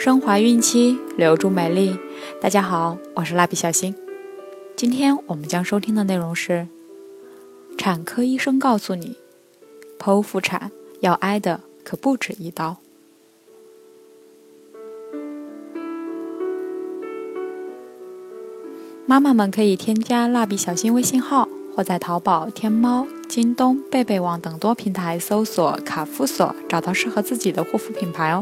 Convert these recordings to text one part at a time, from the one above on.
升怀孕期，留住美丽。大家好，我是蜡笔小新。今天我们将收听的内容是：产科医生告诉你，剖腹产要挨的可不止一刀。妈妈们可以添加蜡笔小新微信号，或在淘宝、天猫、京东、贝贝网等多平台搜索卡夫索，找到适合自己的护肤品牌哦。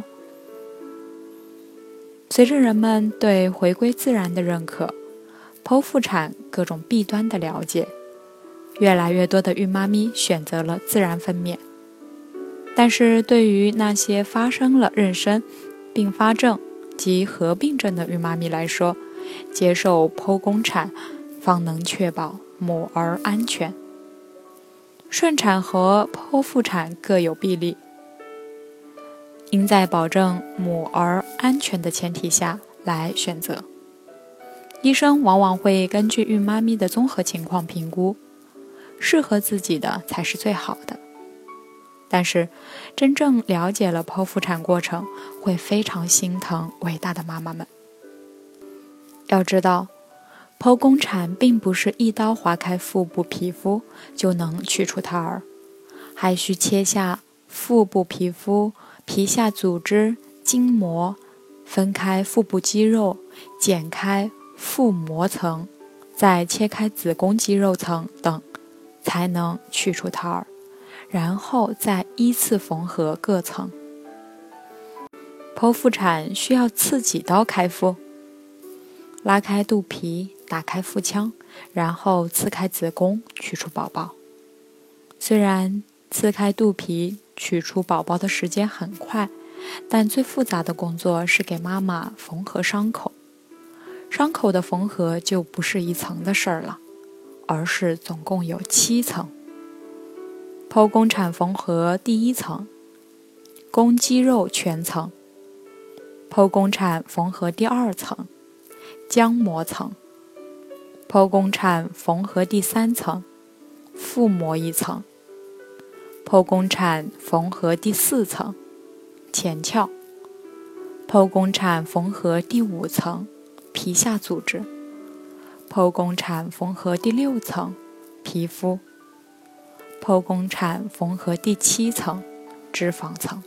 随着人们对回归自然的认可，剖腹产各种弊端的了解，越来越多的孕妈咪选择了自然分娩。但是对于那些发生了妊娠、并发症及合并症的孕妈咪来说，接受剖宫产方能确保母儿安全。顺产和剖腹产各有弊例，应在保证母儿安全的前提下来选择。医生往往会根据孕妈咪的综合情况评估，适合自己的才是最好的。但是真正了解了剖腹产过程，会非常心疼伟大的妈妈们。要知道，剖宫产并不是一刀划开腹部皮肤就能取出胎儿，还需切下腹部皮肤、皮下组织、筋膜，分开腹部肌肉，剪开腹膜层，再切开子宫肌肉层等，才能取出胎儿，然后再依次缝合各层。剖腹产需要刺几刀开腹？拉开肚皮，打开腹腔，然后刺开子宫，取出宝宝。虽然刺开肚皮取出宝宝的时间很快，但最复杂的工作是给妈妈缝合伤口。伤口的缝合就不是一层的事儿了，而是总共有7层。剖宫产缝合第1层，宫肌肉全层；剖宫产缝合第2层，浆膜层；剖宫产缝合第3层，腹膜1层；剖宫产缝合第4层，前鞘；剖宫产缝合第5层，皮下组织；剖宫产缝合第6层，皮肤；剖宫产缝合第7层，脂肪层。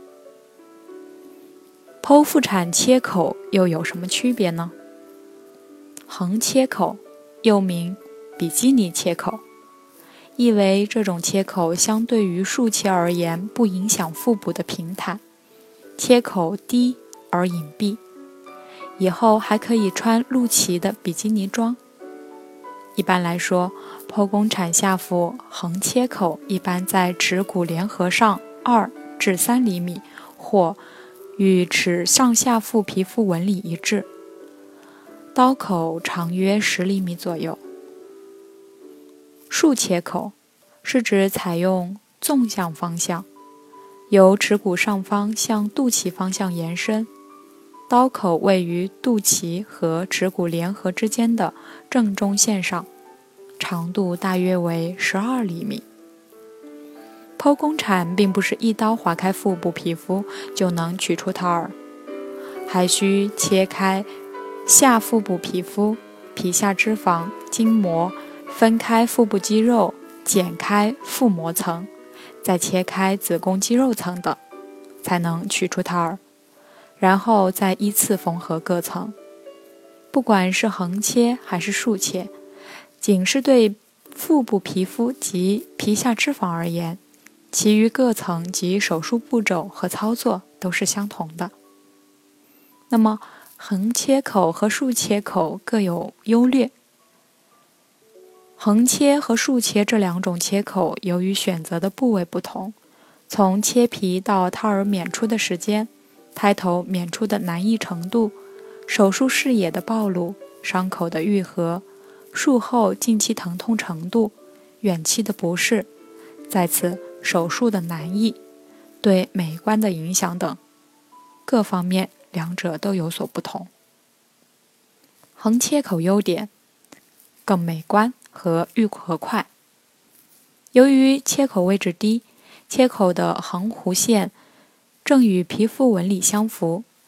剖腹产切口又有什么区别呢？横切口又名比基尼切口，意为这种切口相对于竖切而言不影响腹部的平坦，切口低而隐蔽，以后还可以穿露脐的比基尼装。一般来说，剖宫产下腹横切口一般在耻骨联合上2至3厘米，或与耻上下腹皮肤纹理一致，刀口长约10厘米左右。竖切口是指采用纵向方向，由耻骨上方向肚脐方向延伸，刀口位于肚脐和耻骨联合之间的正中线上，长度大约为12厘米。剖宫产并不是一刀划开腹部皮肤就能取出胎儿，还需切开下腹部皮肤、皮下脂肪、筋膜，分开腹部肌肉，剪开腹膜层，再切开子宫肌肉层等，才能取出胎儿，然后再依次缝合各层。不管是横切还是竖切，仅是对腹部皮肤及皮下脂肪而言，其余各层及手术步骤和操作都是相同的。那么横切口和竖切口各有优劣。横切和竖切这2种切口，由于选择的部位不同，从切皮到胎儿娩出的时间、胎头娩出的难易程度、手术视野的暴露、伤口的愈合、术后近期疼痛程度、远期的不适，再次手术的难易、对美观的影响等各方面，两者都有所不同。横切口优点：更美观和愈合快。由于切口位置低，切口的横弧线正与皮肤纹理相符，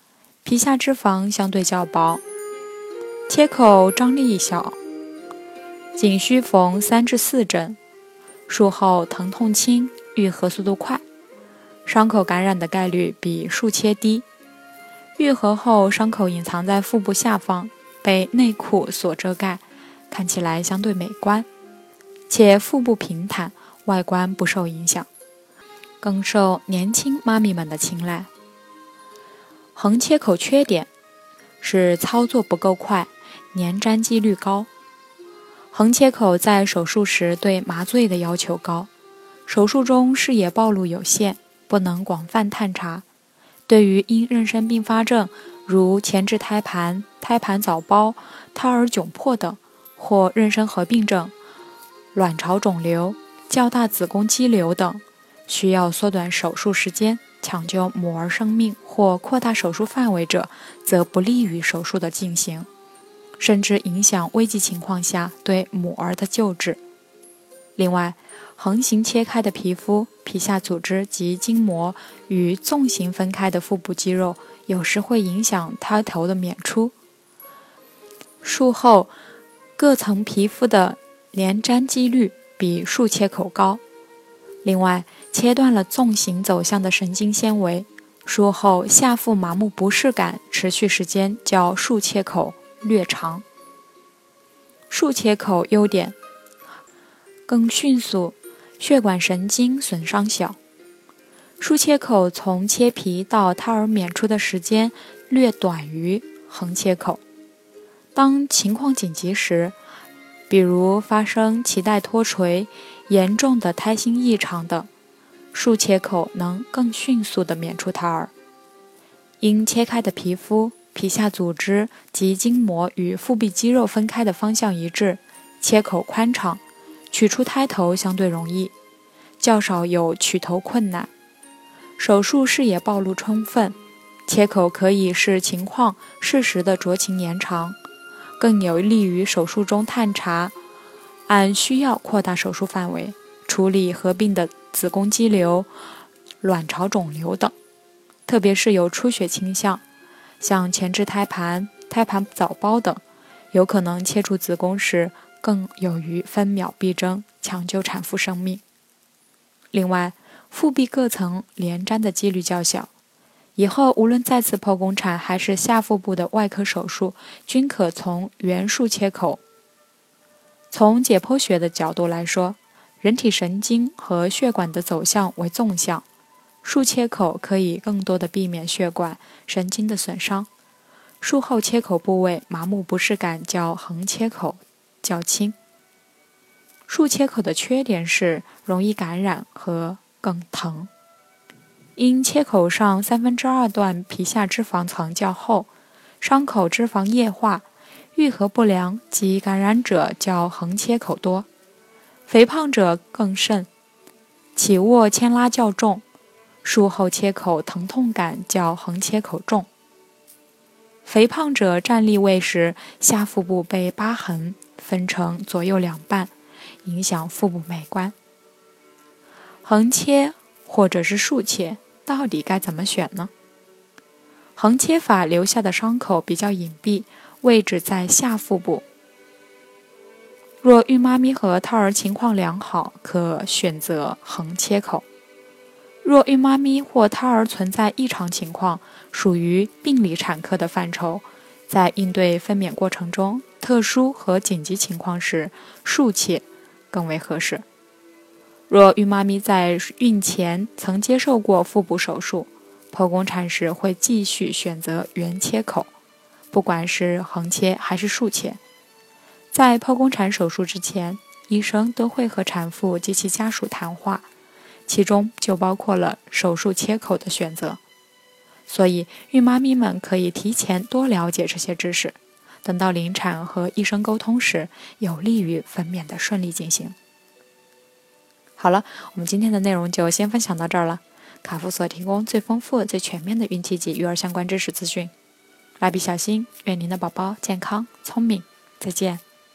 皮下脂肪相对较薄，切口张力小，仅需缝3至4针，术后疼痛轻，愈合速度快，伤口感染的概率比术切低。愈合后，伤口隐藏在腹部下方，被内裤所遮盖，看起来相对美观，且腹部平坦，外观不受影响，更受年轻妈咪们的青睐。横切口缺点是操作不够快，粘粘几率高。横切口在手术时对麻醉的要求高，手术中视野暴露有限，不能广泛探查。对于因妊娠并发症如前置胎盘、胎盘早剥、胎儿窘迫等，或妊娠合并症、卵巢肿瘤、较大子宫肌瘤等，需要缩短手术时间，抢救母儿生命或扩大手术范围者，则不利于手术的进行，甚至影响危急情况下对母儿的救治。另外，横行切开的皮肤、皮下组织及筋膜与纵行分开的腹部肌肉，有时会影响胎头的娩出。术后各层皮肤的连粘几率比术切口高。另外，切断了纵行走向的神经纤维，术后下腹麻木不适感持续时间较术切口略长。术切口优点：更迅速，血管神经损伤小。术切口从切皮到胎儿娩出的时间略短于横切口。当情况紧急时，比如发生脐带脱垂、严重的胎心异常等，术切口能更迅速地娩出胎儿。因切开的皮肤、皮下组织及筋膜与腹壁肌肉分开的方向一致，切口宽敞，取出胎头相对容易，较少有取头困难。手术视野暴露充分，切口可以视情况适时的酌情延长，更有利于手术中探查，按需要扩大手术范围，处理合并的子宫肌瘤、卵巢肿瘤等，特别是有出血倾向，像前置胎盘、胎盘早剥等，有可能切除子宫时更有于分秒必争，抢救产妇生命。另外，腹壁各层连粘的几率较小，以后无论再次剖宫产还是下腹部的外科手术，均可从原术切口。从解剖学的角度来说，人体神经和血管的走向为纵向，术切口可以更多的避免血管、神经的损伤。术后切口部位麻木不适感较横切口较轻。术切口的缺点是容易感染和更疼。因切口上2/3段皮下脂肪层较厚，伤口脂肪液化，愈合不良及感染者较横切口多，肥胖者更甚，起卧牵拉较重，术后切口疼痛感较横切口重。肥胖者站立位时，下腹部被疤痕分成左右两半，影响腹部美观。横切或者是竖切，到底该怎么选呢？横切法留下的伤口比较隐蔽，位置在下腹部。若孕妈咪和胎儿情况良好，可选择横切口。若孕妈咪或胎儿存在异常情况，属于病理产科的范畴，在应对分娩过程中特殊和紧急情况时，竖切更为合适。若孕妈咪在孕前曾接受过腹部手术，剖宫产时会继续选择原切口，不管是横切还是竖切。在剖宫产手术之前，医生都会和产妇及其家属谈话，其中就包括了手术切口的选择。所以孕妈咪们可以提前多了解这些知识，等到临产和医生沟通时，有利于分娩的顺利进行。好了，我们今天的内容就先分享到这儿了。卡夫所提供最丰富、最全面的孕期及育儿相关知识资讯。蜡笔小新，愿您的宝宝健康聪明。再见。